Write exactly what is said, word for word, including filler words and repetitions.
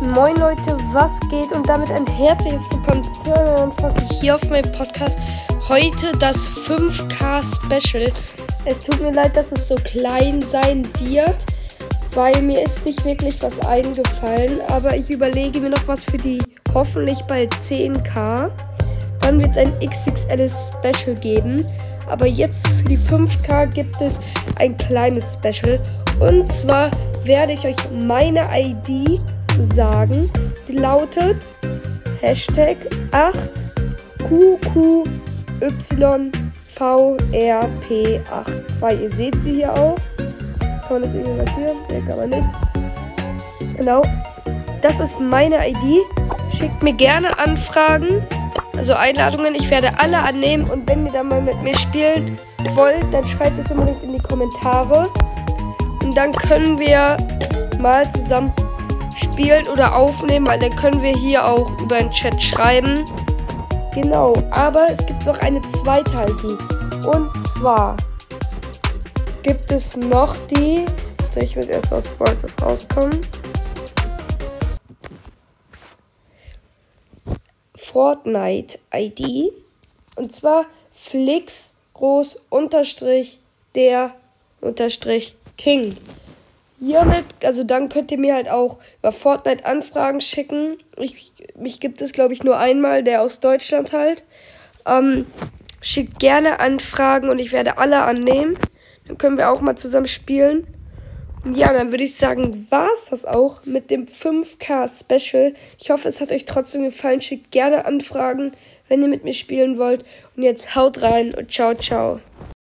Moin Leute, was geht? Und damit ein herzliches Willkommen zu einer neuen Folge hier auf meinem Podcast. Heute das fünf K Special. Es tut mir leid, dass es so klein sein wird, weil mir ist nicht wirklich was eingefallen. Aber ich überlege mir noch was für die hoffentlich bald zehn K. Dann wird es ein X X L-Special geben. Aber jetzt für die fünf K gibt es ein kleines Special. Und zwar werde ich euch meine I D sagen. Die lautet Hashtag acht Q Q Y V R P zweiundachtzig. Ihr seht sie hier auch. Kann man das irgendwie markieren? Nee, kann man nicht. Genau. Das ist meine I D. Schickt mir gerne Anfragen, also Einladungen. Ich werde alle annehmen. Und wenn ihr da mal mit mir spielen wollt, dann schreibt es unbedingt in die Kommentare. Und dann können wir mal zusammen spielen oder aufnehmen, weil dann können wir hier auch über den Chat schreiben. Genau, aber es gibt noch eine zweite I D. Und zwar gibt es noch die... Ich muss erst aus Brawlers rauskommen. Fortnite I D. Und zwar Flix groß unterstrich der unterstrich King. Hiermit, also dann könnt ihr mir halt auch über Fortnite Anfragen schicken. Ich, mich gibt es, glaube ich, nur einmal, der aus Deutschland halt. Ähm, schickt gerne Anfragen und ich werde alle annehmen. Dann können wir auch mal zusammen spielen. Und ja, dann würde ich sagen, war es das auch mit dem fünf K Special. Ich hoffe, es hat euch trotzdem gefallen. Schickt gerne Anfragen, wenn ihr mit mir spielen wollt. Und jetzt haut rein und ciao, ciao.